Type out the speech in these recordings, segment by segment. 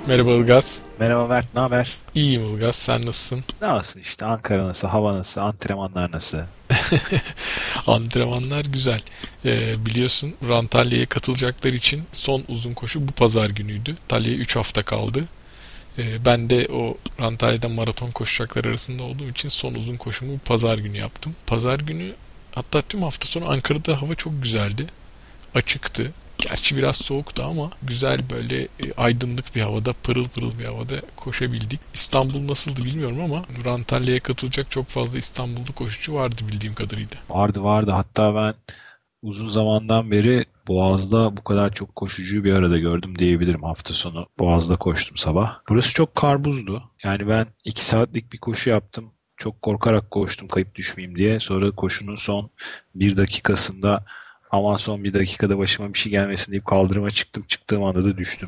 Merhaba Ilgaz. Merhaba Mert, ne haber? İyiyim Ilgaz, sen nasılsın? Ne olsun işte Ankara nasıl, hava nasıl, antrenmanlar nasıl? Antrenmanlar güzel. Biliyorsun Antalya'ya katılacaklar için son uzun koşu bu pazar günüydü. Antalya'ya 3 hafta kaldı. Ben de o Antalya'da maraton koşacaklar arasında olduğum için son uzun koşumu bu pazar günü yaptım. Pazar günü hatta tüm hafta sonu Ankara'da hava çok güzeldi. Açıktı. Gerçi biraz soğuktu ama güzel böyle aydınlık bir havada, pırıl pırıl bir havada koşabildik. İstanbul nasıldı bilmiyorum ama Antalya'ya katılacak çok fazla İstanbullu koşucu vardı bildiğim kadarıyla. Vardı vardı. Hatta ben uzun zamandan beri Boğaz'da bu kadar çok koşucuyu bir arada gördüm diyebilirim hafta sonu. Boğaz'da koştum sabah. Burası çok karbuzdu. Yani ben 2 saatlik bir koşu yaptım. Çok korkarak koştum kayıp düşmeyeyim diye. Sonra koşunun son 1 dakikasında aman son 1 dakikada başıma bir şey gelmesin deyip kaldırıma çıktım. Çıktığım anda da düştüm.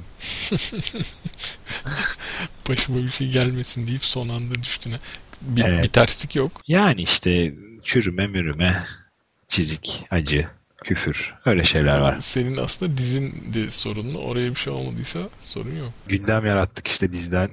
Başıma bir şey gelmesin deyip son anda düştüğüne. Bir Evet. terslik yok. Yani işte çürüme mürüme, çizik, acı, küfür öyle şeyler var. Senin aslında dizin de sorunlu. Oraya bir şey olmadıysa sorun yok. Gündem yarattık işte diziden.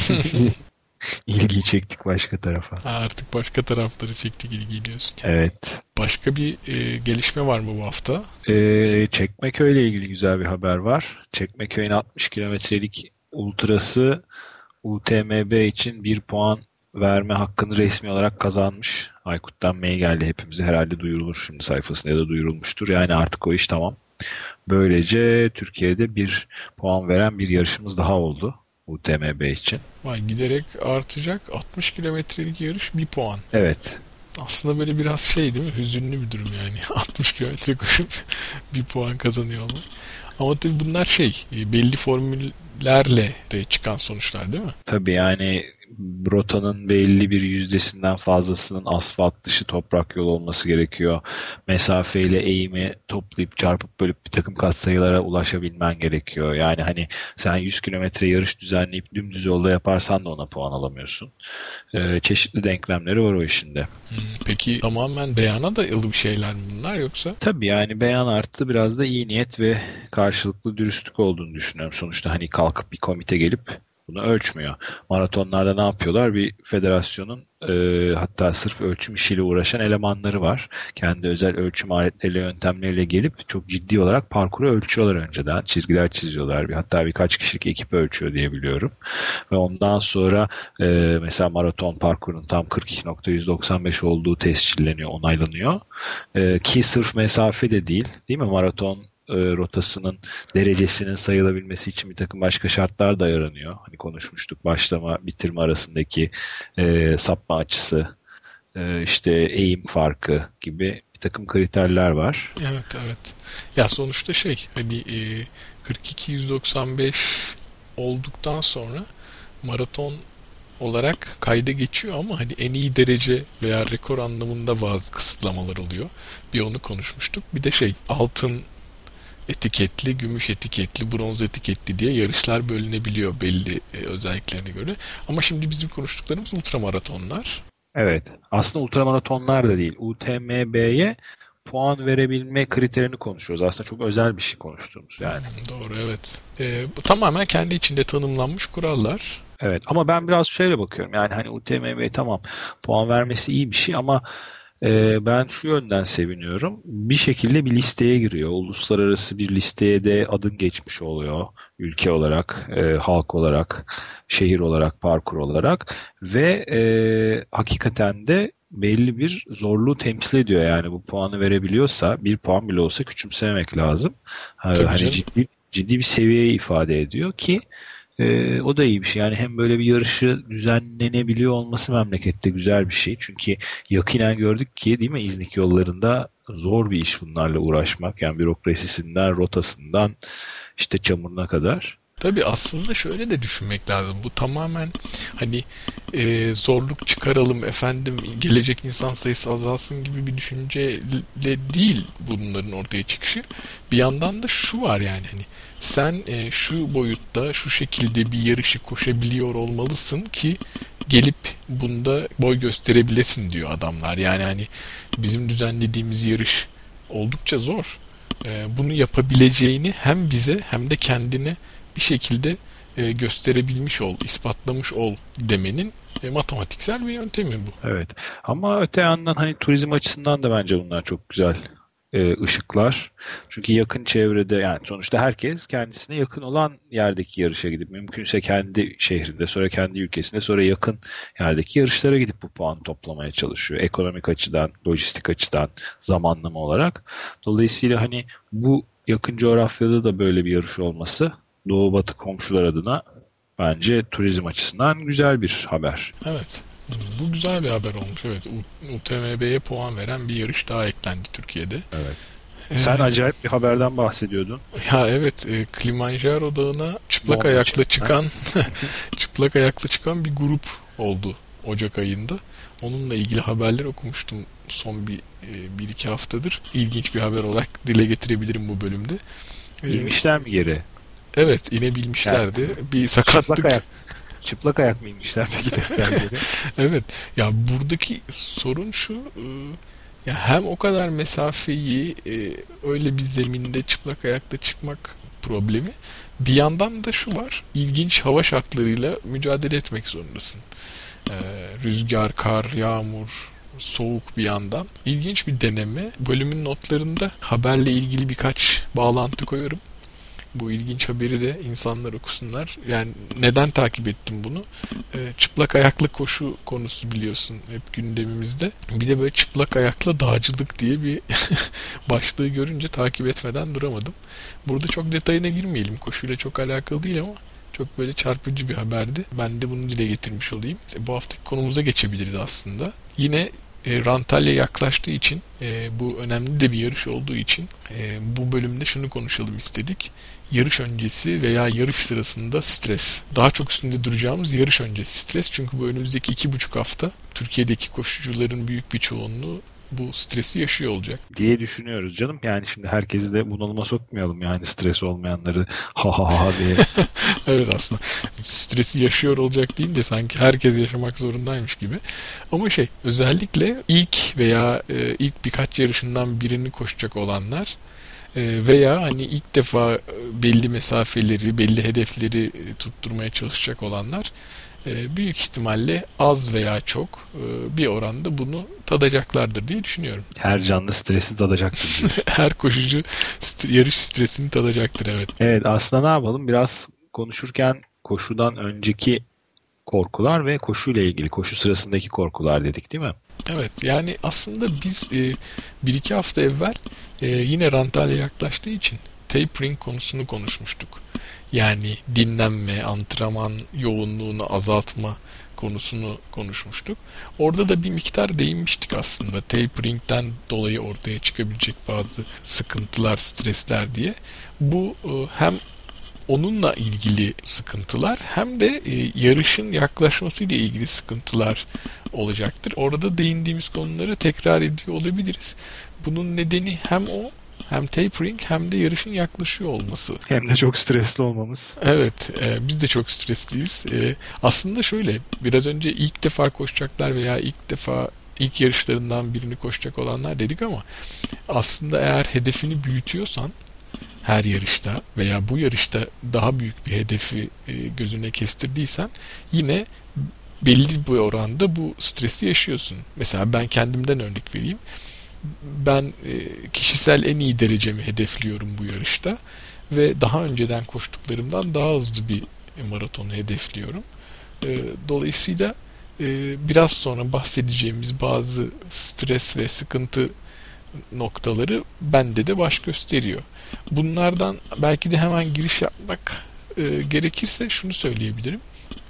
İlgiyi çektik başka tarafa. Artık başka tarafları çektik ilgi diyorsun. Evet. Başka bir gelişme var mı bu hafta? Çekmeköy ile ilgili güzel bir haber var. Çekmeköy'ün 60 kilometrelik ultrası UTMB için bir puan verme hakkını resmi olarak kazanmış. Aykut'tan mail geldi hepimize, herhalde duyurulur şimdi sayfasında ya da duyurulmuştur. Yani artık o iş tamam. Böylece Türkiye'de bir puan veren bir yarışımız daha oldu UTMB için. Vay, giderek artacak. 60 kilometrelik yarış bir puan. Evet. Aslında böyle biraz şey değil mi? Hüzünlü bir durum yani. 60 kilometre koşup bir puan kazanıyor olmak. Ama tabii bunlar şey, belli formüllerle de çıkan sonuçlar değil mi? Tabii yani rotanın belli bir yüzdesinden fazlasının asfalt dışı toprak yol olması gerekiyor. Mesafeyle eğimi toplayıp çarpıp bölüp bir takım katsayılara ulaşabilmen gerekiyor. Yani hani sen 100 kilometre yarış düzenleyip dümdüz yolda yaparsan da ona puan alamıyorsun. Çeşitli denklemleri var o işinde. Peki tamamen beyana dayalı bir şeyler mi bunlar yoksa? Tabii yani beyan artı biraz da iyi niyet ve karşılıklı dürüstlük olduğunu düşünüyorum. Sonuçta hani kalkıp bir komite gelip bunu ölçmüyor. Maratonlarda ne yapıyorlar? Bir federasyonun hatta sırf ölçüm işiyle uğraşan elemanları var. Kendi özel ölçüm aletleriyle, yöntemleriyle gelip çok ciddi olarak parkuru ölçüyorlar önceden. Çizgiler çiziyorlar. Hatta birkaç kişilik ekip ölçüyor diye biliyorum. Ve ondan sonra mesela maraton parkurunun tam 42.195 olduğu tescilleniyor, onaylanıyor. Ki sırf mesafe de değil, değil mi? Maraton rotasının derecesinin sayılabilmesi için bir takım başka şartlar da aranıyor. Hani konuşmuştuk, başlama bitirme arasındaki sapma açısı, işte eğim farkı gibi bir takım kriterler var. Evet, evet. Ya sonuçta şey hani 42-195 olduktan sonra maraton olarak kayda geçiyor ama hani en iyi derece veya rekor anlamında bazı kısıtlamalar oluyor. Bir onu konuşmuştuk. Bir de şey altın etiketli, gümüş etiketli, bronz etiketli diye yarışlar bölünebiliyor belli özelliklerine göre. Ama şimdi bizim konuştuklarımız ultramaratonlar. Evet. Aslında ultramaratonlar da değil. UTMB'ye puan verebilme kriterini konuşuyoruz. Aslında çok özel bir şey konuştuğumuz yani. Doğru, evet. Bu tamamen kendi içinde tanımlanmış kurallar. Evet ama ben biraz şöyle bakıyorum. Yani hani UTMB tamam, puan vermesi iyi bir şey ama ben şu yönden seviniyorum. Bir şekilde bir listeye giriyor. Uluslararası bir listeye de adın geçmiş oluyor. Ülke olarak, halk olarak, şehir olarak, parkur olarak ve hakikaten de belli bir zorluğu temsil ediyor. Yani bu puanı verebiliyorsa, bir puan bile olsa küçümsememek lazım. Tabii Hani canım. ciddi bir seviyeyi ifade ediyor ki o da iyi bir şey. Yani hem böyle bir yarışı düzenlenebiliyor olması memlekette güzel bir şey. Çünkü yakinen gördük ki değil mi, İznik yollarında zor bir iş bunlarla uğraşmak. Yani bürokrasisinden, rotasından işte çamuruna kadar. Tabii aslında şöyle de düşünmek lazım. Bu tamamen hani zorluk çıkaralım efendim, gelecek insan sayısı azalsın gibi bir düşünceyle değil bunların ortaya çıkışı. Bir yandan da şu var yani hani sen şu boyutta şu şekilde bir yarışı koşabiliyor olmalısın ki gelip bunda boy gösterebilesin diyor adamlar. Yani hani bizim düzenlediğimiz yarış oldukça zor. Bunu yapabileceğini hem bize hem de kendine bir şekilde gösterebilmiş ol, ispatlamış ol demenin matematiksel bir yöntemi bu. Evet. Ama öte yandan hani turizm açısından da bence bunlar çok güzel ışıklar. Çünkü yakın çevrede, yani sonuçta herkes kendisine yakın olan yerdeki yarışa gidip, mümkünse kendi şehrinde, sonra kendi ülkesinde, sonra yakın yerdeki yarışlara gidip bu puanı toplamaya çalışıyor. Ekonomik açıdan, lojistik açıdan, zamanlama olarak. Dolayısıyla hani bu yakın coğrafyada da böyle bir yarış olması Doğu Batı komşular adına bence turizm açısından güzel bir haber. Evet. Bu güzel bir haber olmuş. Evet. UTMB'ye puan veren bir yarış daha eklendi Türkiye'de. Evet. Sen acayip bir haberden bahsediyordun. Ya evet, Kilimanjaro Dağı'na çıplak Normal ayakla için. çıkan çıplak ayakla çıkan bir grup oldu Ocak ayında. Onunla ilgili haberler okumuştum son bir iki haftadır. İlginç bir haber olarak dile getirebilirim bu bölümde. E, İnmişler mi yere? evet, inebilmişlerdi. Bir sakatlık. Çıplak ayak mı inmişler peki tekrar geri? Evet. Ya buradaki sorun şu. Ya hem o kadar mesafeyi öyle bir zeminde çıplak ayakla çıkmak problemi. Bir yandan da şu var. İlginç hava şartlarıyla mücadele etmek zorundasın. E, Rüzgar, kar, yağmur, soğuk bir yandan. İlginç bir deneme. Bölümün notlarında haberle ilgili birkaç bağlantı koyarım. Bu ilginç haberi de insanlar okusunlar. Yani neden takip ettim bunu? Çıplak ayaklı koşu konusu biliyorsun hep gündemimizde. Bir de böyle çıplak ayakla dağcılık diye bir başlığı görünce takip etmeden duramadım. Burada çok detayına girmeyelim. Koşuyla çok alakalı değil ama çok böyle çarpıcı bir haberdi. Ben de bunu dile getirmiş olayım. Bu haftaki konumuza geçebiliriz aslında. Yine Rantalya yaklaştığı için, bu önemli de bir yarış olduğu için bu bölümde şunu konuşalım istedik. Yarış öncesi veya yarış sırasında stres. Daha çok üstünde duracağımız yarış öncesi stres. Çünkü bu önümüzdeki 2,5 hafta Türkiye'deki koşucuların büyük bir çoğunluğu bu stresi yaşıyor olacak. Diye düşünüyoruz canım. Yani şimdi herkesi de bunalıma sokmayalım, yani stres olmayanları ha ha ha diye. Evet, aslında stresi yaşıyor olacak deyince sanki herkes yaşamak zorundaymış gibi. Ama özellikle ilk veya ilk birkaç yarışından birini koşacak olanlar veya hani ilk defa belli mesafeleri, belli hedefleri tutturmaya çalışacak olanlar büyük ihtimalle az veya çok bir oranda bunu tadacaklardır diye düşünüyorum. Her canlı stresi tadacaktır diyorsun. Her koşucu yarış stresini tadacaktır, evet. Evet, aslında ne yapalım? Biraz konuşurken koşudan önceki korkular ve koşuyla ilgili, koşu sırasındaki korkular dedik, değil mi? Evet, yani aslında biz bir iki hafta evvel yine Rantalya yaklaştığı için tapering konusunu konuşmuştuk. Yani dinlenme, antrenman yoğunluğunu azaltma konusunu konuşmuştuk. Orada da bir miktar değinmiştik aslında. Tapering'den dolayı ortaya çıkabilecek bazı sıkıntılar, stresler diye. Bu hem onunla ilgili sıkıntılar hem de yarışın yaklaşmasıyla ilgili sıkıntılar olacaktır. Orada değindiğimiz konuları tekrar ediyor olabiliriz. Bunun nedeni hem o, hem tapering, hem de yarışın yaklaşıyor olması. Hem de çok stresli olmamız. Evet, biz de çok stresliyiz. Aslında şöyle, biraz önce ilk defa koşacaklar veya ilk yarışlarından birini koşacak olanlar dedik ama aslında eğer hedefini büyütüyorsan her yarışta veya bu yarışta daha büyük bir hedefi gözüne kestirdiysen yine belli bir oranda bu stresi yaşıyorsun. Mesela ben kendimden örnek vereyim. Ben kişisel en iyi derecemi hedefliyorum bu yarışta ve daha önceden koştuklarımdan daha hızlı bir maratonu hedefliyorum. Dolayısıyla biraz sonra bahsedeceğimiz bazı stres ve sıkıntı noktaları bende de baş gösteriyor. Bunlardan belki de hemen giriş yapmak gerekirse şunu söyleyebilirim.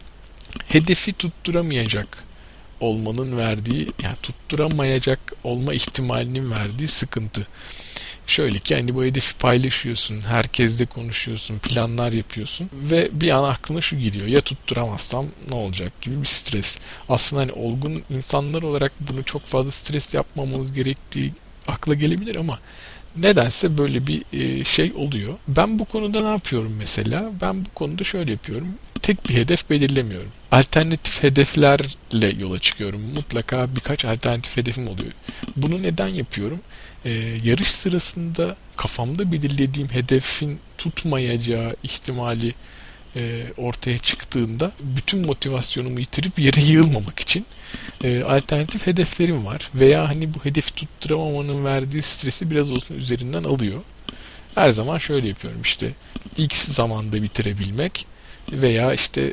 Hedefi tutturamayacak olmanın verdiği, yani tutturamayacak olma ihtimalinin verdiği sıkıntı. Şöyle ki hani bu hedefi paylaşıyorsun, herkesle konuşuyorsun, planlar yapıyorsun ve bir an aklına şu geliyor: ya tutturamazsam ne olacak gibi bir stres. Aslında hani olgun insanlar olarak bunu çok fazla stres yapmamamız gerektiği akla gelebilir ama nedense böyle bir şey oluyor. Ben bu konuda ne yapıyorum mesela? Ben bu konuda şöyle yapıyorum. Tek bir hedef belirlemiyorum. Alternatif hedeflerle yola çıkıyorum. Mutlaka birkaç alternatif hedefim oluyor. Bunu neden yapıyorum? Yarış sırasında kafamda belirlediğim hedefin tutmayacağı ihtimali ortaya çıktığında bütün motivasyonumu yitirip yere yığılmamak için alternatif hedeflerim var. Veya hani bu hedefi tutturamamanın verdiği stresi biraz olsun üzerinden alıyor. Her zaman şöyle yapıyorum işte X zamanda bitirebilmek veya işte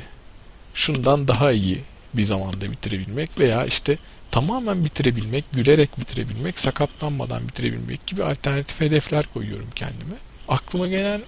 şundan daha iyi bir zamanda bitirebilmek veya işte tamamen bitirebilmek, gülerek bitirebilmek, sakatlanmadan bitirebilmek gibi alternatif hedefler koyuyorum kendime. Aklıma gelen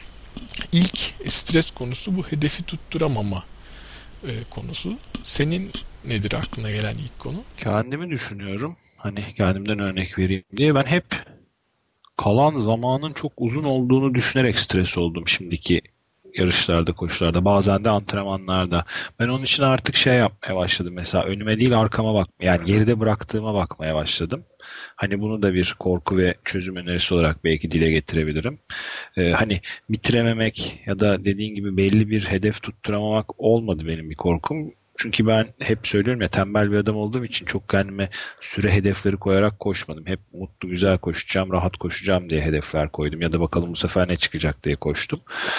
ilk stres konusu bu hedefi tutturamama konusu. Senin nedir aklına gelen ilk konu? Kendimi düşünüyorum. Hani kendimden örnek vereyim diye. Ben hep kalan zamanın çok uzun olduğunu düşünerek stres oldum şimdiki yarışlarda, koşularda, bazen de antrenmanlarda. Ben onun için artık şey yapmaya başladım. Mesela önüme değil arkama bak, yani geride bıraktığıma bakmaya başladım. Hani bunu da bir korku ve çözüm önerisi olarak belki dile getirebilirim. Hani bitirememek ya da dediğin gibi belli bir hedef tutturamamak olmadı benim bir korkum. Çünkü ben hep söylüyorum ya, tembel bir adam olduğum için çok kendime süre hedefleri koyarak koşmadım. Hep mutlu güzel koşacağım, rahat koşacağım diye hedefler koydum. Ya da bakalım bu sefer ne çıkacak diye koştum.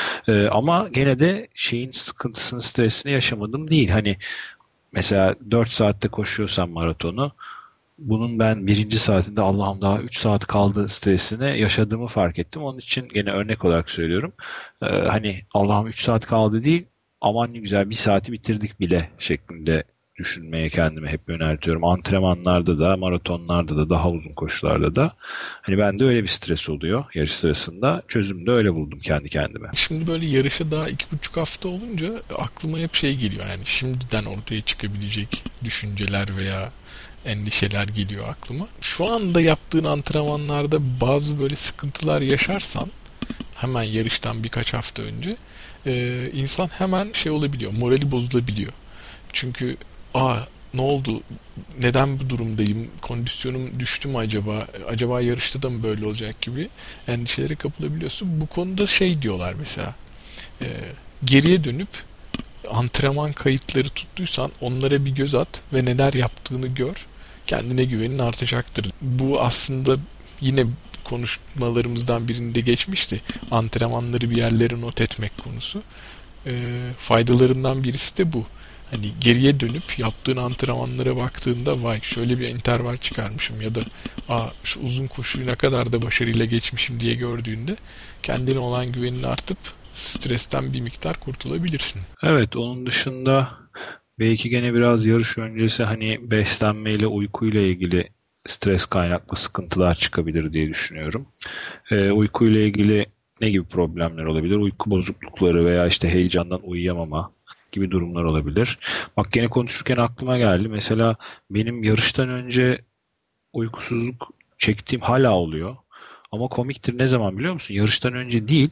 Ama gene de şeyin sıkıntısını, stresini yaşamadım değil. Hani mesela 4 saatte koşuyorsam maratonu, bunun ben birinci saatinde Allah'ım daha 3 saat kaldı stresini yaşadığımı fark ettim. Onun için gene örnek olarak söylüyorum. Hani Allah'ım 3 saat kaldı değil, aman ne güzel bir saati bitirdik bile şeklinde düşünmeye kendime hep yöneltiyorum. Antrenmanlarda da, maratonlarda da, daha uzun koşularda da. Hani bende öyle bir stres oluyor yarış sırasında. Çözümü de öyle buldum kendi kendime. Şimdi böyle yarışa daha 2,5 hafta olunca aklıma hep şey geliyor, yani şimdiden ortaya çıkabilecek düşünceler veya endişeler geliyor aklıma. Şu anda yaptığın antrenmanlarda bazı böyle sıkıntılar yaşarsan hemen yarıştan birkaç hafta önce insan hemen şey olabiliyor, morali bozulabiliyor. Çünkü ne oldu, neden bu durumdayım, kondisyonum düştü mü acaba yarışta da mı böyle olacak gibi endişelere kapılabiliyorsun. Bu konuda şey diyorlar mesela, e, geriye dönüp antrenman kayıtları tuttuysan onlara bir göz at ve neler yaptığını gör. Kendine güvenin artacaktır. Bu aslında yine konuşmalarımızdan birinde geçmişti. Antrenmanları bir yerlere not etmek konusu. Faydalarından birisi de bu. Hani geriye dönüp yaptığın antrenmanlara baktığında vay şöyle bir interval çıkarmışım ya da şu uzun koşuyu ne kadar da başarıyla geçmişim diye gördüğünde kendine olan güvenin artıp stresten bir miktar kurtulabilirsin. Evet, onun dışında belki gene biraz yarış öncesi hani beslenmeyle, uykuyla ilgili stres kaynaklı sıkıntılar çıkabilir diye düşünüyorum. Uykuyla ilgili ne gibi problemler olabilir? Uyku bozuklukları veya işte heyecandan uyuyamama gibi durumlar olabilir. Bak gene konuşurken aklıma geldi. Mesela benim yarıştan önce uykusuzluk çektiğim hala oluyor. Ama komiktir, ne zaman biliyor musun? Yarıştan önce değil,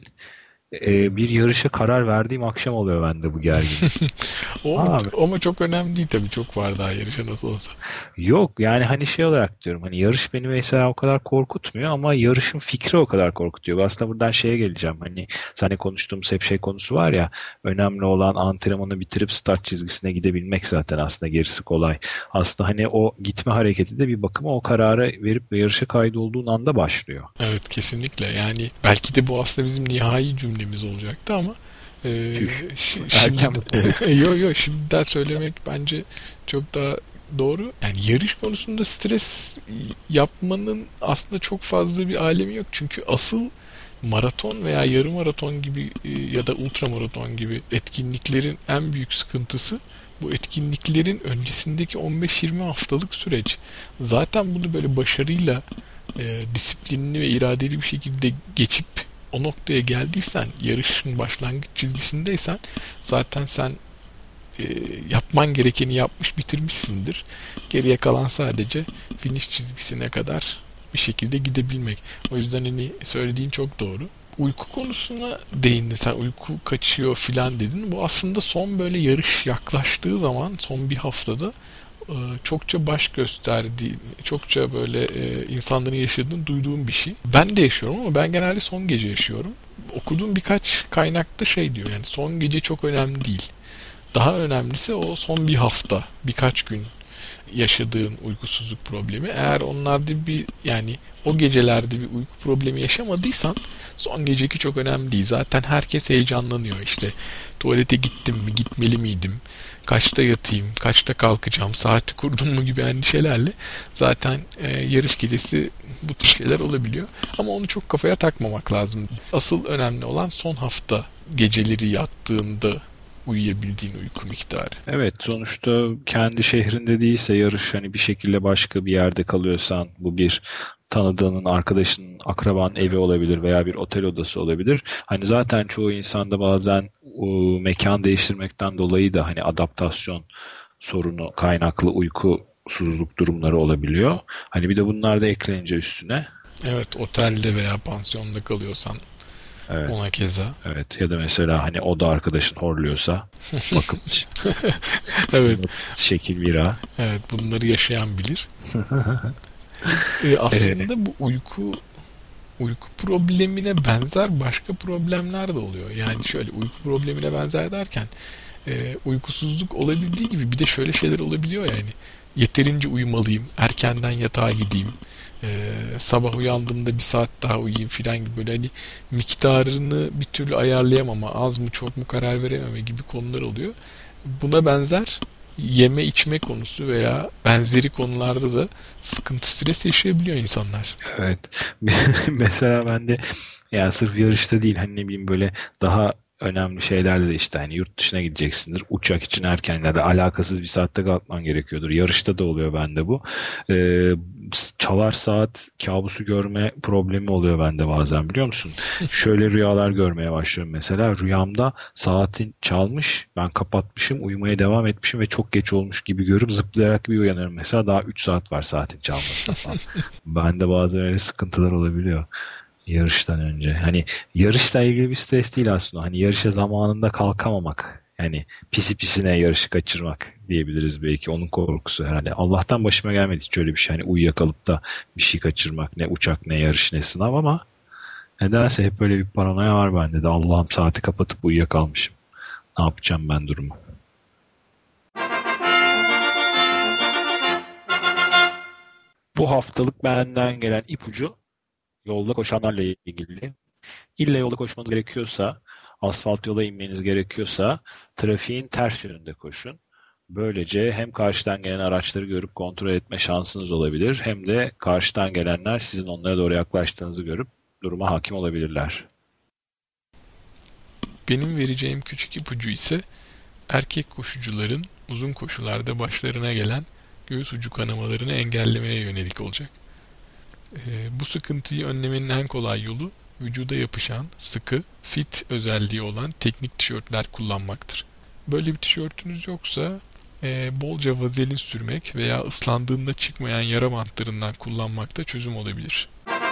bir yarışa karar verdiğim akşam oluyor bende bu gerginlik. Abi, Ama çok önemli değil tabii. Çok var daha yarışa nasıl olsa. yok yani hani şey olarak diyorum, hani yarış beni mesela o kadar korkutmuyor ama yarışın fikri o kadar korkutuyor. Aslında buradan şeye geleceğim, hani seninle konuştuğumuz hep şey konusu var ya, önemli olan antrenmanı bitirip start çizgisine gidebilmek, zaten aslında gerisi kolay. Aslında hani o gitme hareketi de bir bakıma o kararı verip yarışa kaydolduğun anda başlıyor. Evet, kesinlikle. Yani belki de bu aslında bizim nihai cümlemiz olacaktı ama Tüh. şimdi Erken mi söyledin? yo şimdiden söylemek bence çok daha doğru. Yani yarış konusunda stres yapmanın aslında çok fazla bir alemi yok. Çünkü asıl maraton veya yarım maraton gibi ya da ultra maraton gibi etkinliklerin en büyük sıkıntısı bu etkinliklerin öncesindeki 15-20 haftalık süreç. Zaten bunu böyle başarıyla disiplinli ve iradeli bir şekilde geçip o noktaya geldiysen, yarışın başlangıç çizgisindeysen zaten sen yapman gerekeni yapmış bitirmişsindir. Geriye kalan sadece finish çizgisine kadar bir şekilde gidebilmek. O yüzden hani söylediğin çok doğru. Uyku konusuna değindin, sen uyku kaçıyor filan dedin. Bu aslında son böyle yarış yaklaştığı zaman son bir haftada çokça baş gösterdiği, çokça böyle insanların yaşadığını duyduğum bir şey. Ben de yaşıyorum ama ben genelde son gece yaşıyorum. Okuduğum birkaç kaynakta şey diyor, yani son gece çok önemli değil. Daha önemlisi o son bir hafta, birkaç gün. yaşadığın uykusuzluk problemi. Eğer onlarda yani o gecelerde bir uyku problemi yaşamadıysan son geceki çok önemli değil. Zaten herkes heyecanlanıyor işte. Tuvalete gittim mi, gitmeli miydim? Kaçta yatayım, kaçta kalkacağım, saati kurdum mu gibi endişelerle zaten yarış gecesi bu tür şeyler olabiliyor. Ama onu çok kafaya takmamak lazım. Asıl önemli olan son hafta geceleri yattığında uyuyabildiğin uyku miktarı. Evet, sonuçta kendi şehrinde değilse yarış, hani bir şekilde başka bir yerde kalıyorsan, bu bir tanıdığının, arkadaşının, akrabanın evi olabilir veya bir otel odası olabilir. Hani zaten çoğu insanda bazen mekan değiştirmekten dolayı da hani adaptasyon sorunu kaynaklı uykusuzluk durumları olabiliyor. Hani bir de bunlar da eklenince üstüne. Evet, otelde veya pansiyonda kalıyorsan Evet. ona keza. Evet, ya da mesela hani oda arkadaşın horluyorsa bakım için. Evet. Şekil bira. Evet, bunları yaşayan bilir. Aslında bu uyku problemine benzer başka problemler de oluyor. Yani şöyle, uyku problemine benzer derken uykusuzluk olabildiği gibi bir de şöyle şeyler olabiliyor yani. Yeterince uyumalıyım, erkenden yatağa gideyim, sabah uyandığımda bir saat daha uyuyayım filan gibi, böyle hani miktarını bir türlü ayarlayamama, az mı çok mu karar verememe gibi konular oluyor. Buna benzer yeme içme konusu veya benzeri konularda da sıkıntı, stres yaşayabiliyor insanlar. Evet. Mesela ben de yani sırf yarışta değil, hani ne bileyim böyle daha önemli şeylerde de işte hani yurt dışına gideceksindir. Uçak için erken ya da alakasız bir saatte kalkman gerekiyordur. Yarışta da oluyor bende bu. Ee, Çalar saat kabusu görme problemi oluyor bende bazen, biliyor musun? Şöyle rüyalar görmeye başlıyorum mesela. Rüyamda saatin çalmış, ben kapatmışım, uyumaya devam etmişim ve çok geç olmuş gibi görüp zıplayarak bir uyanıyorum. Mesela daha 3 saat var saatin çalmasına falan. Bende bazen öyle sıkıntılar olabiliyor yarıştan önce. Hani yarışla ilgili bir stres değil aslında. Hani yarışa zamanında kalkamamak. Yani pisi pisine yarışı kaçırmak diyebiliriz belki. Onun korkusu herhalde. Allah'tan başıma gelmedi hiç öyle bir şey. Hani uyuyakalıp da bir şey kaçırmak. Ne uçak, ne yarış, ne sınav, ama nedense hep böyle bir paranoya var bende de. Allah'ım, saati kapatıp uyuyakalmışım. Ne yapacağım ben durumu? Bu haftalık benden gelen ipucu yolda koşanlarla ilgili. İlle yolda koşmanız gerekiyorsa, asfalt yola inmeniz gerekiyorsa trafiğin ters yönünde koşun. Böylece hem karşıdan gelen araçları görüp kontrol etme şansınız olabilir, hem de karşıdan gelenler sizin onlara doğru yaklaştığınızı görüp duruma hakim olabilirler. Benim vereceğim küçük ipucu ise erkek koşucuların uzun koşularda başlarına gelen göğüs ucu kanamalarını engellemeye yönelik olacak. Bu sıkıntıyı önlemenin en kolay yolu vücuda yapışan, sıkı, fit özelliği olan teknik tişörtler kullanmaktır. Böyle bir tişörtünüz yoksa bolca vazelin sürmek veya ıslandığında çıkmayan yara bantlarından kullanmak da çözüm olabilir.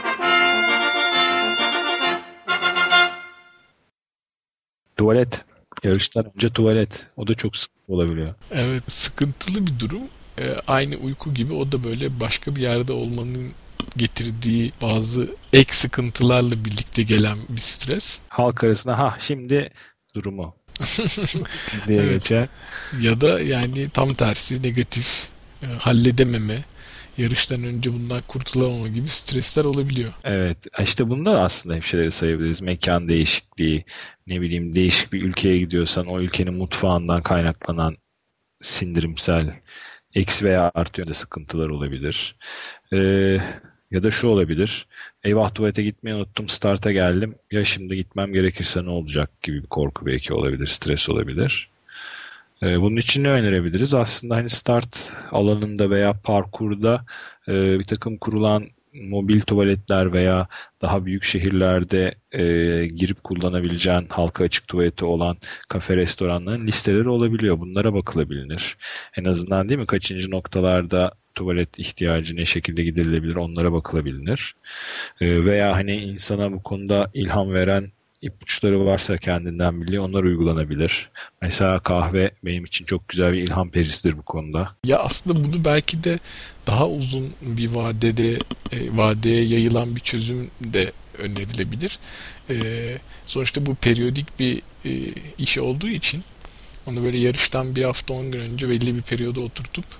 Tuvalet. Yarıştan önce tuvalet. O da çok sıkıntı olabiliyor. Evet, sıkıntılı bir durum. Aynı uyku gibi o da böyle başka bir yerde olmanın getirdiği bazı ek sıkıntılarla birlikte gelen bir stres. Halk arasında ha şimdi durumu diye Evet. geçer. Ya da yani tam tersi negatif, halledememe, yarıştan önce bundan kurtulamama gibi stresler olabiliyor. Evet, işte bunda da aslında hep şeyleri sayabiliriz. Mekan değişikliği, ne bileyim değişik bir ülkeye gidiyorsan o ülkenin mutfağından kaynaklanan sindirimsel eksi veya artı yönde sıkıntılar olabilir. Ee, Ya da şu olabilir. Eyvah, tuvalete gitmeyi unuttum, starta geldim. Ya şimdi gitmem gerekirse ne olacak gibi bir korku belki olabilir, stres olabilir. Bunun için ne önerebiliriz? Aslında hani start alanında veya parkurda bir takım kurulan mobil tuvaletler veya daha büyük şehirlerde girip kullanabileceğin halka açık tuvaleti olan kafe, restoranların listeleri olabiliyor. Bunlara bakılabilir. En azından, değil mi? Kaçıncı noktalarda tuvalet ihtiyacı ne şekilde giderilebilir, onlara bakılabilir. Veya hani insana bu konuda ilham veren ipuçları varsa kendinden biliyor, onlar uygulanabilir. Mesela kahve benim için çok güzel bir ilham perisidir bu konuda. Ya aslında bunu belki de daha uzun bir vadeye yayılan bir çözüm de önerilebilir. Sonuçta bu periyodik bir iş olduğu için onu böyle yarıştan bir hafta 10 gün önce belli bir periyoda oturtup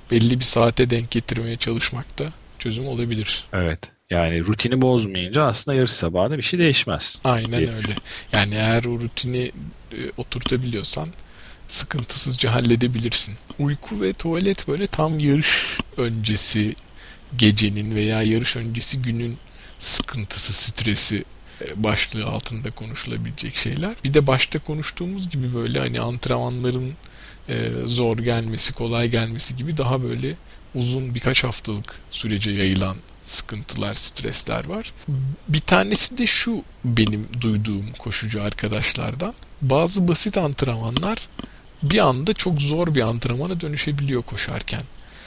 belli bir saate denk getirmeye çalışmak da çözüm olabilir. Evet. Yani rutini bozmayınca aslında yarış sabahında bir şey değişmez Aynen diye öyle. Yani eğer o rutini oturtabiliyorsan sıkıntısızca halledebilirsin. Uyku ve tuvalet böyle tam yarış öncesi gecenin veya yarış öncesi günün sıkıntısı, stresi başlığı altında konuşulabilecek şeyler. Bir de başta konuştuğumuz gibi böyle hani antrenmanların zor gelmesi, kolay gelmesi gibi daha böyle uzun birkaç haftalık sürece yayılan sıkıntılar, stresler var. Bir tanesi de şu benim duyduğum koşucu arkadaşlardan. Bazı basit antrenmanlar bir anda çok zor bir antrenmana dönüşebiliyor koşarken.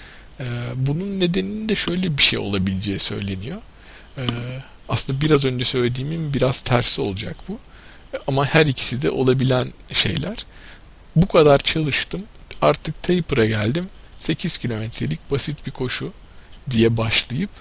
Bunun nedeninin de şöyle bir şey olabileceği söyleniyor. Ee, Aslında biraz önce söylediğimin biraz tersi olacak bu. Ama her ikisi de olabilen şeyler. Bu kadar çalıştım. Artık taper'a geldim. 8 kilometrelik basit bir koşu diye başlayıp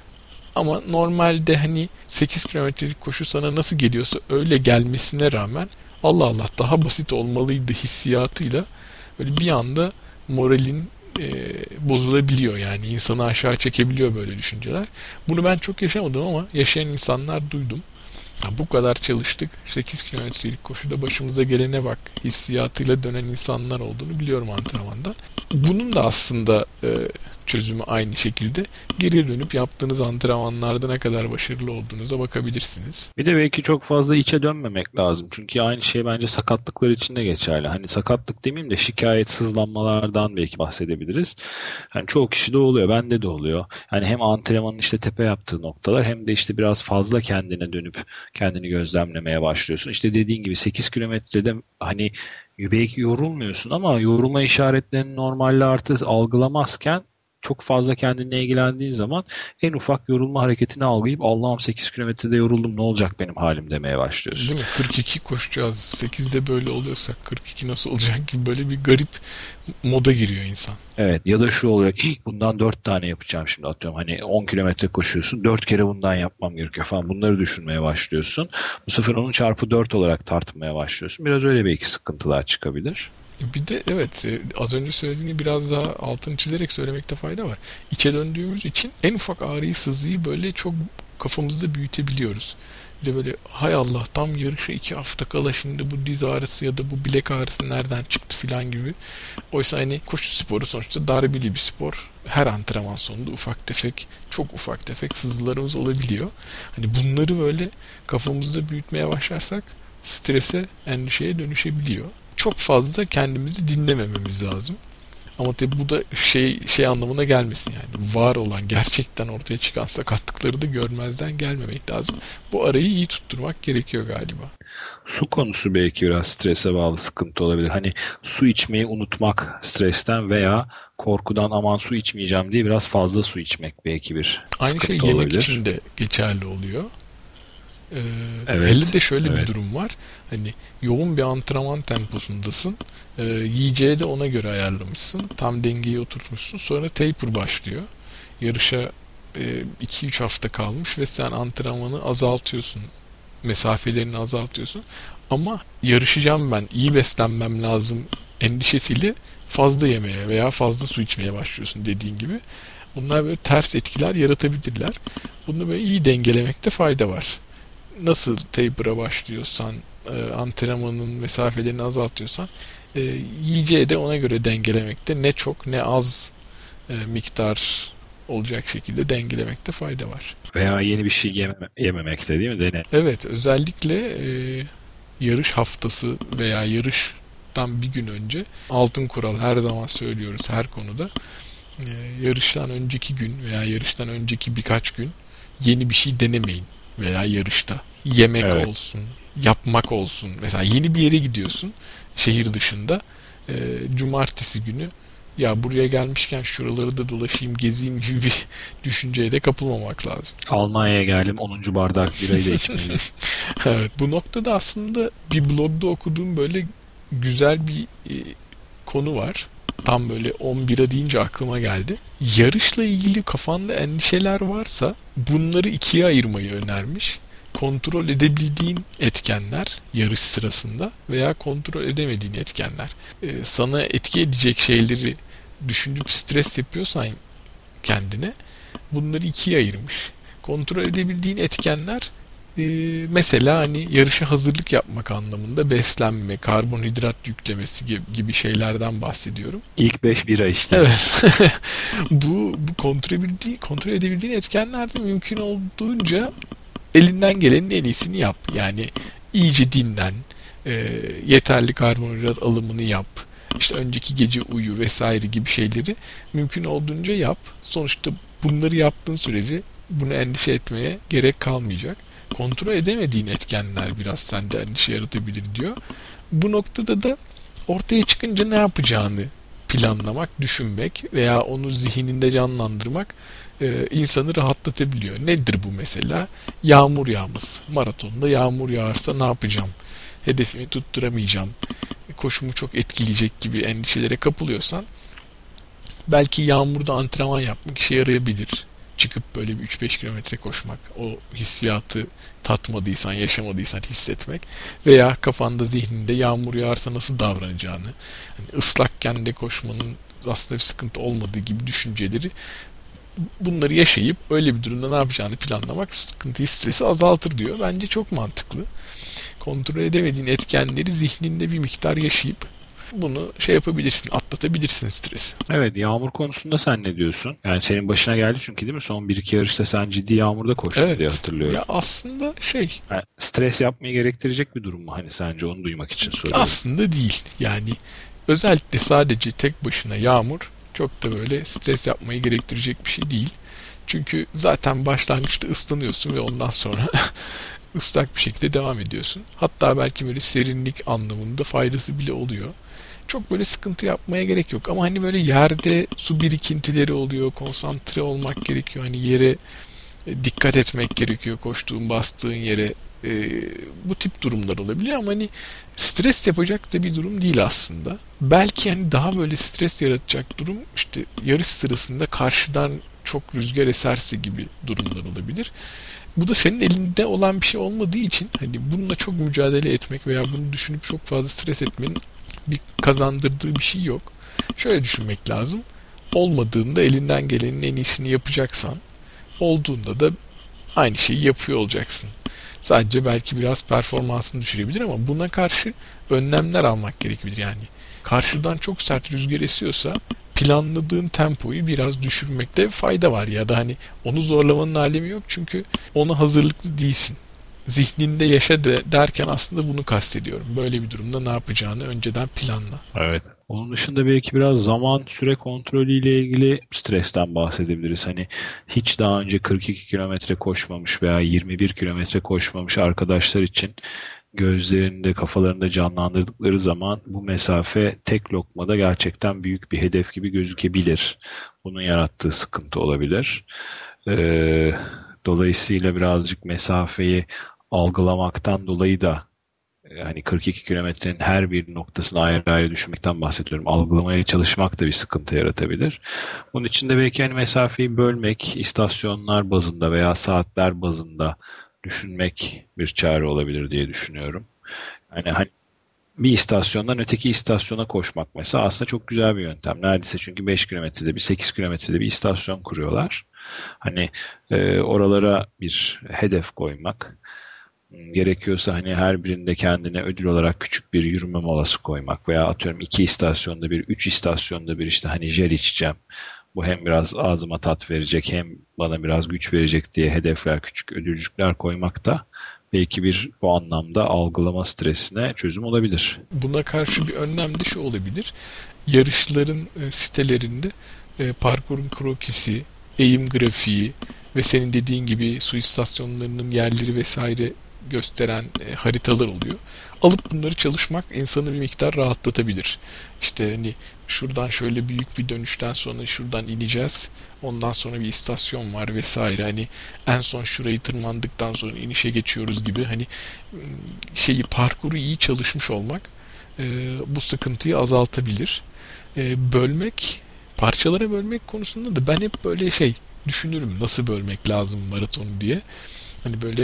ama normalde hani 8 kilometrelik koşu sana nasıl geliyorsa öyle gelmesine rağmen Allah Allah daha basit olmalıydı hissiyatıyla böyle bir anda moralin bozulabiliyor, yani insanı aşağı çekebiliyor böyle düşünceler. Bunu ben çok yaşamadım ama yaşayan insanlar duydum. Ya bu kadar çalıştık, 8 kilometrelik koşuda başımıza gelene bak hissiyatıyla dönen insanlar olduğunu biliyorum antrenmanda. Bunun da aslında çözümü aynı şekilde geri dönüp yaptığınız antrenmanlarda ne kadar başarılı olduğunuza bakabilirsiniz. Bir de belki çok fazla içe dönmemek lazım. Çünkü aynı şey bence sakatlıklar için de geçerli. Hani sakatlık demeyeyim de şikayet, sızlanmalardan belki bahsedebiliriz. Hani çoğu kişide oluyor. Bende de oluyor. Yani hem antrenmanın işte tepe yaptığı noktalar hem de işte biraz fazla kendine dönüp kendini gözlemlemeye başlıyorsun. İşte dediğin gibi 8 kilometrede hani belki yorulmuyorsun ama yorulma işaretlerini normalde artık algılamazken çok fazla kendinle ilgilendiğin zaman en ufak yorulma hareketini algılayıp Allah'ım 8 kilometrede yoruldum ne olacak benim halim demeye başlıyorsun. Değil mi? 42 koşacağız. 8'de böyle oluyorsak 42 nasıl olacak gibi böyle bir garip moda giriyor insan. Evet ya da şu oluyor bundan 4 tane yapacağım şimdi atıyorum hani 10 kilometre koşuyorsun 4 kere bundan yapmam gerekiyor falan bunları düşünmeye başlıyorsun. Bu sefer onu çarpı 4 olarak tartmaya başlıyorsun. Biraz öyle belki sıkıntılar çıkabilir. Bir de evet, az önce söylediğini biraz daha altını çizerek söylemekte fayda var. İçe döndüğümüz için en ufak ağrıyı sızıyı böyle çok kafamızda büyütebiliyoruz. Bir de böyle hay Allah tam yarışa 2 hafta kala şimdi bu diz ağrısı ya da bu bilek ağrısı nereden çıktı filan gibi. Oysa hani koşu sporu sonuçta darbeli bir spor. Her antrenman sonunda ufak tefek, çok ufak tefek sızılarımız olabiliyor. Hani bunları böyle kafamızda büyütmeye başlarsak strese, endişeye dönüşebiliyor. Çok fazla kendimizi dinlemememiz lazım. Ama tabii bu da şey anlamına gelmesin yani. Var olan gerçekten ortaya çıkan sakatlıkları da görmezden gelmemek lazım. Bu arayı iyi tutturmak gerekiyor galiba. Su konusu belki biraz strese bağlı sıkıntı olabilir. Hani su içmeyi unutmak stresten veya korkudan aman su içmeyeceğim diye biraz fazla su içmek belki bir Aynı şey sıkıntı yemek olabilir. için de geçerli oluyor. Ee, Hele Evet, de şöyle bir evet. durum var. Hani yoğun bir antrenman temposundasın. Yiyeceği de ona göre ayarlamışsın. Tam dengeyi oturtmuşsun. Sonra taper başlıyor. Yarışa 2-3 hafta kalmış ve sen antrenmanı azaltıyorsun. Mesafelerini azaltıyorsun. Ama yarışacağım ben, iyi beslenmem lazım endişesiyle fazla yemeye veya fazla su içmeye başlıyorsun dediğin gibi. Bunlar böyle ters etkiler yaratabilirler. Bunu böyle iyi dengelemekte fayda var. Nasıl taper'a başlıyorsan, antrenmanın mesafelerini azaltıyorsan, yiyeceği de ona göre dengelemekte ne çok ne az miktar olacak şekilde dengelemekte fayda var. Veya yeni bir şey yememekte değil mi? Evet, özellikle yarış haftası veya yarıştan bir gün önce altın kural her zaman söylüyoruz her konuda. E, Yarıştan önceki gün veya yarıştan önceki birkaç gün yeni bir şey denemeyin veya yarışta. Yemek Evet. olsun, yapmak olsun. Mesela yeni bir yere gidiyorsun şehir dışında. Cumartesi günü ya buraya gelmişken şuraları da dolaşayım, gezeyim gibi bir düşünceye de kapılmamak lazım. Almanya'ya geldim 10. bardak birayı da içmeliyim. Evet, bu noktada aslında bir blogda okuduğum böyle güzel bir konu var. Tam böyle 11'e deyince aklıma geldi. Yarışla ilgili kafanda endişeler varsa bunları ikiye ayırmayı önermiş. Kontrol edebildiğin etkenler yarış sırasında veya kontrol edemediğin etkenler. Sana etki edecek şeyleri düşünüp stres yapıyorsan kendine, bunları ikiye ayırmış. Kontrol edebildiğin etkenler, mesela hani yarışa hazırlık yapmak anlamında beslenme, karbonhidrat yüklemesi gibi şeylerden bahsediyorum. İlk 5 bira işte. Evet. Bu kontrol edebildiğin etkenlerde mümkün olduğunca elinden gelenin en iyisini yap. Yani iyice dinlen, yeterli karbonhidrat alımını yap, işte önceki gece uyu vesaire gibi şeyleri mümkün olduğunca yap. Sonuçta bunları yaptığın sürece bunu endişe etmeye gerek kalmayacak. Kontrol edemediğin etkenler biraz sende endişe yaratabilir diyor. Bu noktada da ortaya çıkınca ne yapacağını planlamak, düşünmek veya onu zihninde canlandırmak insanı rahatlatabiliyor. Nedir bu mesela? Yağmur yağması. Maratonda yağmur yağarsa ne yapacağım? Hedefimi tutturamayacağım. Koşumu çok etkileyecek gibi endişelere kapılıyorsan belki yağmurda antrenman yapmak işe yarayabilir. Çıkıp böyle bir 3-5 kilometre koşmak, o hissiyatı tatmadıysan, yaşamadıysan hissetmek veya kafanda, zihninde yağmur yağarsa nasıl davranacağını, hani ıslakken de koşmanın aslında bir sıkıntı olmadığı gibi düşünceleri, bunları yaşayıp öyle bir durumda ne yapacağını planlamak sıkıntıyı, stresi azaltır diyor. Bence çok mantıklı. Kontrol edemediğin etkenleri zihninde bir miktar yaşayıp bunu şey yapabilirsin, atlatabilirsin stresi. Evet, yağmur konusunda sen ne diyorsun? Yani senin başına geldi çünkü, değil mi? Son 1-2 yarışta sen ciddi yağmurda koştun diye Evet. hatırlıyorum. Ya aslında Yani stres yapmayı gerektirecek bir durum mu? Hani sence, onu duymak için soruyorum. aslında değil. Yani özellikle sadece tek başına yağmur çok da böyle stres yapmayı gerektirecek bir şey değil. Çünkü zaten başlangıçta ıslanıyorsun ve ondan sonra ıslak bir şekilde devam ediyorsun. Hatta belki böyle serinlik anlamında faydası bile oluyor. Çok böyle sıkıntı yapmaya gerek yok. Ama hani böyle yerde su birikintileri oluyor, konsantre olmak gerekiyor. Hani yere dikkat etmek gerekiyor, koştuğun, bastığın yere. Bu tip durumlar olabiliyor ama hani stres yapacak da bir durum değil aslında. Belki hani daha böyle stres yaratacak durum, işte yarış sırasında karşıdan çok rüzgar eserse gibi durumlar olabilir. Bu da senin elinde olan bir şey olmadığı için hani bununla çok mücadele etmek veya bunu düşünüp çok fazla stres etmenin bir kazandırdığı bir şey yok. Şöyle düşünmek lazım. Olmadığında elinden gelenin en iyisini yapacaksan, olduğunda da aynı şeyi yapıyor olacaksın. Sadece belki biraz performansını düşürebilir ama buna karşı önlemler almak gerekebilir. Yani karşıdan çok sert rüzgar esiyorsa planladığın tempoyu biraz düşürmekte fayda var, ya da hani onu zorlamanın alemi yok çünkü ona hazırlıklı değilsin. Zihninde yaşa derken aslında bunu kastediyorum. Böyle bir durumda ne yapacağını önceden planla. Evet. Onun dışında belki biraz zaman süre kontrolü ile ilgili stresten bahsedebiliriz. Hani hiç daha önce 42 kilometre koşmamış veya 21 kilometre koşmamış arkadaşlar için gözlerinde, kafalarında canlandırdıkları zaman bu mesafe tek lokmada gerçekten büyük bir hedef gibi gözükebilir. Bunun yarattığı sıkıntı olabilir. Ee, Dolayısıyla birazcık mesafeyi algılamaktan dolayı da, hani 42 kilometrenin her bir noktasını ayrı ayrı düşünmekten bahsediyorum. Algılamaya çalışmak da bir sıkıntı yaratabilir. Bunun için de belki hani mesafeyi bölmek, istasyonlar bazında veya saatler bazında düşünmek bir çare olabilir diye düşünüyorum. Yani hani bir istasyondan öteki istasyona koşmak mesela aslında çok güzel bir yöntem. Neredeyse, çünkü 5 kilometrede bir, 8 kilometrede bir istasyon kuruyorlar. Hani oralara bir hedef koymak, gerekiyorsa hani her birinde kendine ödül olarak küçük bir yürüme molası koymak veya atıyorum 2 istasyonda bir, 3 istasyonda bir işte hani jel içeceğim. Bu hem biraz ağzıma tat verecek hem bana biraz güç verecek diye hedefler, küçük ödülcükler koymak da belki bir bu anlamda algılama stresine çözüm olabilir. Buna karşı bir önlem de şu olabilir. Yarışların sitelerinde parkurun krokisi, eğim grafiği ve senin dediğin gibi su istasyonlarının yerleri vesaire gösteren haritalar oluyor. Alıp bunları çalışmak insanı bir miktar rahatlatabilir. İşte hani şuradan şöyle büyük bir dönüşten sonra şuradan ineceğiz. Ondan sonra bir istasyon var vesaire. Hani en son şurayı tırmandıktan sonra inişe geçiyoruz gibi, hani parkuru iyi çalışmış olmak bu sıkıntıyı azaltabilir. Bölmek, parçalara bölmek konusunda da ben hep böyle düşünürüm, nasıl bölmek lazım maratonu diye. Hani böyle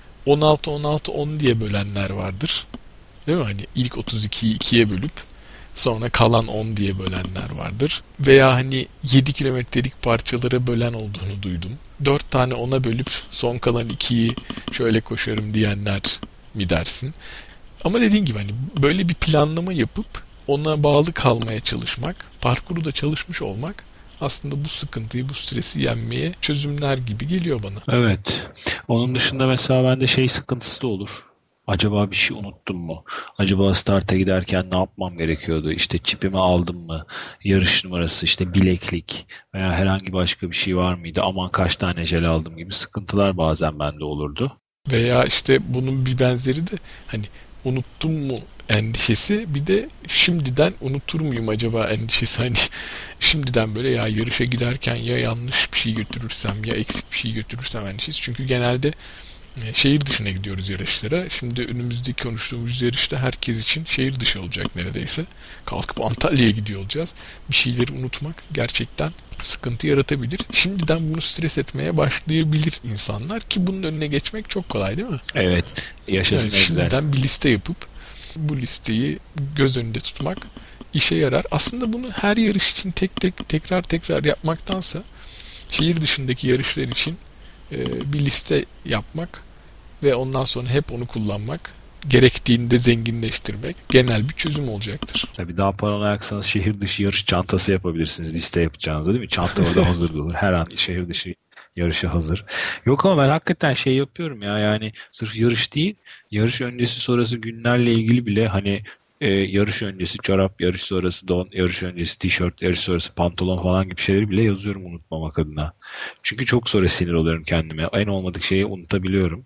16-16-10 diye bölenler vardır. Değil mi? Hani ilk 32'yi ikiye bölüp Sonra kalan 10 diye bölenler vardır. Veya hani 7 kilometrelik parçalara bölen olduğunu duydum. 4 tane ona bölüp son kalan 2'yi şöyle koşarım diyenler mi dersin? Ama dediğin gibi hani böyle bir planlama yapıp ona bağlı kalmaya çalışmak, parkuru da çalışmış olmak aslında bu sıkıntıyı, bu stresi yenmeye çözümler gibi geliyor bana. Evet. Onun dışında mesela bende şey sıkıntısı da olur. Acaba bir şey unuttum mu? Acaba starta giderken ne yapmam gerekiyordu? İşte çipimi aldım mı? Yarış numarası, işte bileklik veya herhangi başka bir şey var mıydı? Aman kaç tane jel aldım gibi sıkıntılar bazen bende olurdu. Veya işte bunun bir benzeri de hani unuttum mu endişesi, bir de şimdiden unutur muyum acaba endişesi. Hani şimdiden böyle ya yarışa giderken ya yanlış bir şey götürürsem ya eksik bir şey götürürsem endişesi. Çünkü genelde şehir dışına gidiyoruz yarışlara. Şimdi önümüzdeki konuştuğumuz yarışta herkes için şehir dışı olacak neredeyse. Kalkıp Antalya'ya gidiyor olacağız. Bir şeyleri unutmak gerçekten sıkıntı yaratabilir. Şimdiden bunu stres etmeye başlayabilir insanlar ki bunun önüne geçmek çok kolay değil mi? Evet. Yaşasın Yani Excel. şimdiden bir liste yapıp bu listeyi göz önünde tutmak işe yarar. Aslında bunu her yarış için tekrar yapmaktansa şehir dışındaki yarışlar için bir liste yapmak ve ondan sonra hep onu kullanmak, gerektiğinde zenginleştirmek genel bir çözüm olacaktır. Tabii daha paranoyaksanız şehir dışı yarış çantası yapabilirsiniz liste yapacağınızda, değil mi? Çanta orada hazır olur. Her an şehir dışı yarışa hazır. Yok ama ben hakikaten şey yapıyorum ya, yani sırf yarış değil, yarış öncesi sonrası günlerle ilgili bile hani yarış öncesi çorap, yarış sonrası don, yarış öncesi tişört, yarış sonrası pantolon falan gibi şeyleri bile yazıyorum unutmamak adına. Çünkü çok sonra sinir oluyorum kendime. En olmadık şeyi unutabiliyorum.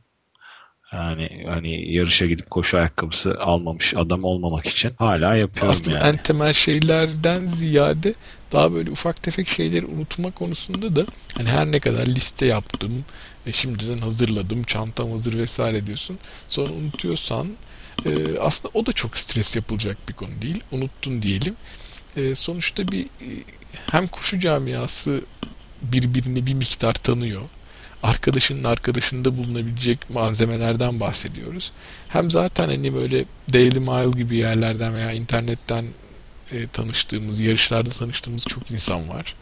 Yani hani yarışa gidip koşu ayakkabısı almamış adam olmamak için hala yapıyorum Aslında en yani. temel şeylerden ziyade daha böyle ufak tefek şeyleri unutma konusunda da hani her ne kadar liste yaptım, şimdiden hazırladım, çantam hazır vesaire diyorsun. Sonra unutuyorsan aslında o da çok stres yapılacak bir konu değil. Unuttun diyelim. Sonuçta hem koşu camiası birbirini bir miktar tanıyor. Arkadaşının arkadaşında bulunabilecek malzemelerden bahsediyoruz. Hem zaten hani böyle Daily Mile gibi yerlerden veya internetten tanıştığımız, yarışlarda tanıştığımız çok insan var.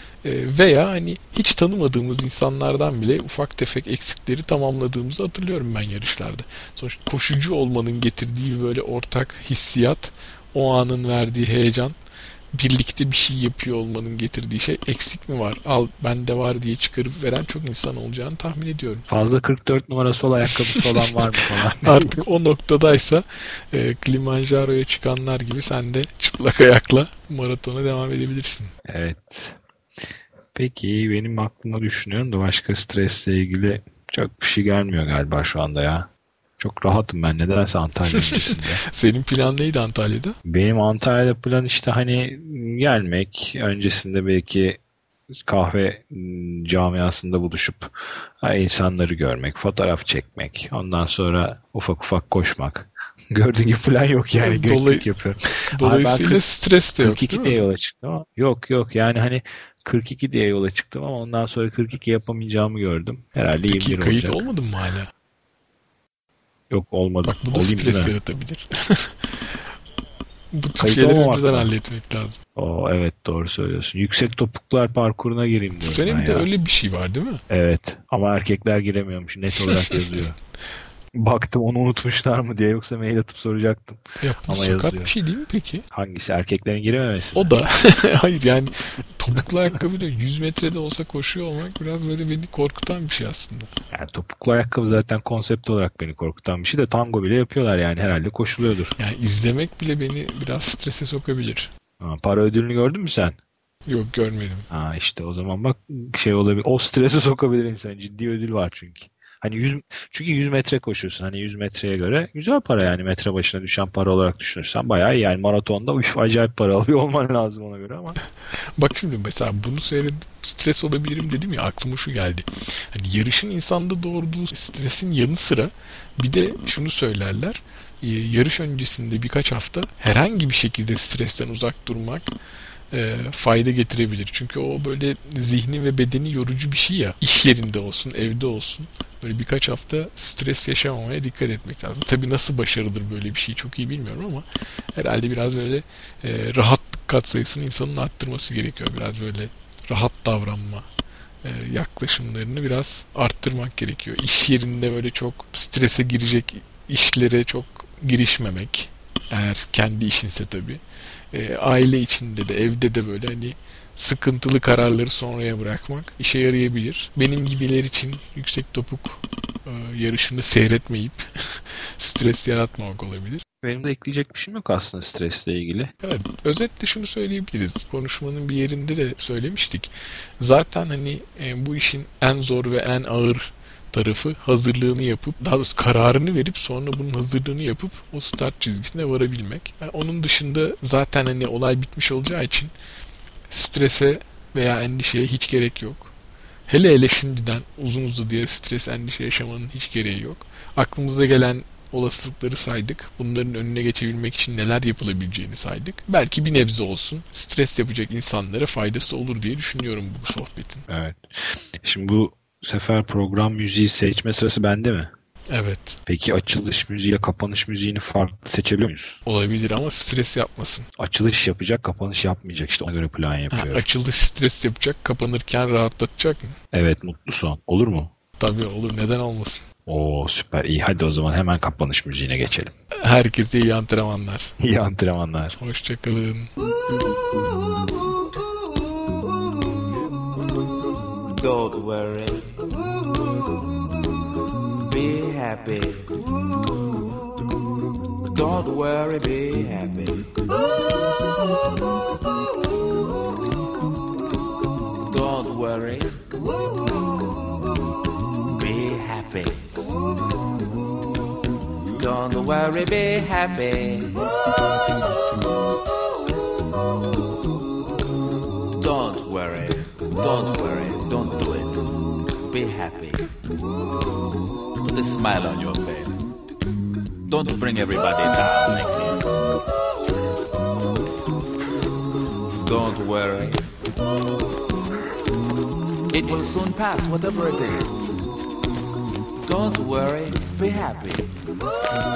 Veya hani hiç tanımadığımız insanlardan bile ufak tefek eksikleri tamamladığımızı hatırlıyorum ben yarışlarda. Sonuçta koşucu olmanın getirdiği böyle ortak hissiyat, o anın verdiği heyecan, birlikte bir şey yapıyor olmanın getirdiği şey, eksik mi var? Al bende var diye çıkarıp veren çok insan olacağını tahmin ediyorum. Fazla 44 numara sol ayakkabısı olan var mı falan. Artık o noktadaysa Kilimanjaro'ya çıkanlar gibi sen de çıplak ayakla maratona devam edebilirsin. Evet. Peki benim aklıma düşünüyorum da başka stresle ilgili çok bir şey gelmiyor galiba şu anda ya. Çok rahatım ben nedense Antalya öncesinde. Senin plan neydi Antalya'da? Benim Antalya'da plan işte hani gelmek, öncesinde belki kahve camiasında buluşup insanları görmek, fotoğraf çekmek, ondan sonra ufak ufak koşmak. Gördüğün gibi plan yok yani, Dolay günlük yapıyorum. Abi ben Dolayısıyla stres de yok 42 değil diye mi? yola çıktım ama yok yani hani 42 diye yola çıktım ama ondan sonra 42 yapamayacağımı gördüm. Herhalde Peki 21 kayıt olacak. olmadın mı hala? Yok olmadım. Bak bu da Olayım değil stres mi? yaratabilir. Bu tip Kayıt şeyleri olmamak önceden mı? halletmek lazım. Evet doğru söylüyorsun. Yüksek topuklar parkuruna gireyim Bu diyorum sene ben bir de ya. öyle bir şey var değil mi? Evet ama erkekler giremiyormuş. Net olarak yazıyor. Baktım onu unutmuşlar mı diye, yoksa mail atıp soracaktım. Ya bu Ama sakat bir yazıyor. şey değil mi peki? Hangisi? Erkeklerin girememesi mi? O da hayır yani topuklu ayakkabıyla 100 metrede olsa koşuyor olmak biraz böyle beni korkutan bir şey aslında. Yani topuklu ayakkabı zaten konsept olarak beni korkutan bir şey de, tango bile yapıyorlar yani, herhalde koşuluyordur. Yani izlemek bile beni biraz strese sokabilir. Para ödülünü gördün mü sen? Yok görmedim. İşte o zaman bak, şey olabilir. O strese sokabilir insan. Ciddi ödül var çünkü. Hani 100, çünkü 100 metre koşuyorsun. Hani 100 metreye göre güzel para yani, metre başına düşen para olarak düşünürsen bayağı iyi. Yani maratonda acayip para alıyor olman lazım ona göre ama. Bak şimdi mesela bunu seyredip stres olabilirim dedim ya, aklıma şu geldi. Hani yarışın insanda doğurduğu stresin yanı sıra bir de şunu söylerler. Yarış öncesinde birkaç hafta herhangi bir şekilde stresten uzak durmak fayda getirebilir. Çünkü o böyle zihni ve bedeni yorucu bir şey ya. İş yerinde olsun, evde olsun. Böyle birkaç hafta stres yaşamamaya dikkat etmek lazım. Tabii nasıl başarılır böyle bir şey çok iyi bilmiyorum ama herhalde biraz böyle rahatlık katsayısını insanın arttırması gerekiyor. Biraz böyle rahat davranma yaklaşımlarını biraz arttırmak gerekiyor. İş yerinde böyle çok strese girecek işlere çok girişmemek. Eğer kendi işinse tabii. Aile içinde de evde de böyle hani sıkıntılı kararları sonraya bırakmak işe yarayabilir. Benim gibiler için yüksek topuk yarışını seyretmeyip stres yaratmamak olabilir. Benim de ekleyecek bir şeyim yok aslında stresle ilgili. Evet, özetle şunu söyleyebiliriz. Konuşmanın bir yerinde de söylemiştik. Zaten hani bu işin en zor ve en ağır tarafı hazırlığını yapıp, daha doğrusu kararını verip sonra bunun hazırlığını yapıp o start çizgisine varabilmek. Yani onun dışında zaten hani olay bitmiş olacağı için strese veya endişeye hiç gerek yok. Hele hele şimdiden uzun uzadıya stres, endişe yaşamanın hiç gereği yok. Aklımıza gelen olasılıkları saydık. Bunların önüne geçebilmek için neler yapılabileceğini saydık. Belki bir nebze olsun stres yapacak insanlara faydası olur diye düşünüyorum bu sohbetin. Evet. Şimdi bu sefer program müziği seçme sırası bende mi? Evet. Peki açılış müziğiyle kapanış müziğini farklı seçebiliyor muyuz? Olabilir ama stres yapmasın. Açılış yapacak, kapanış yapmayacak. İşte ona göre plan yapıyorum. Açılış stres yapacak, kapanırken rahatlatacak mı? Evet, mutlu son. Olur mu? Tabii olur, neden olmasın. Oo süper, iyi. Hadi o zaman hemen kapanış müziğine geçelim. Herkese iyi antrenmanlar. İyi antrenmanlar. Hoşçakalın. Don't worry, be happy. Don't worry, be happy. Don't worry, be happy. Don't worry, be happy. Don't worry, don't worry, don't do it. Be happy. Put a smile on your face. Don't bring everybody down like this. Don't worry. It will soon pass, whatever it is. Don't worry, be happy.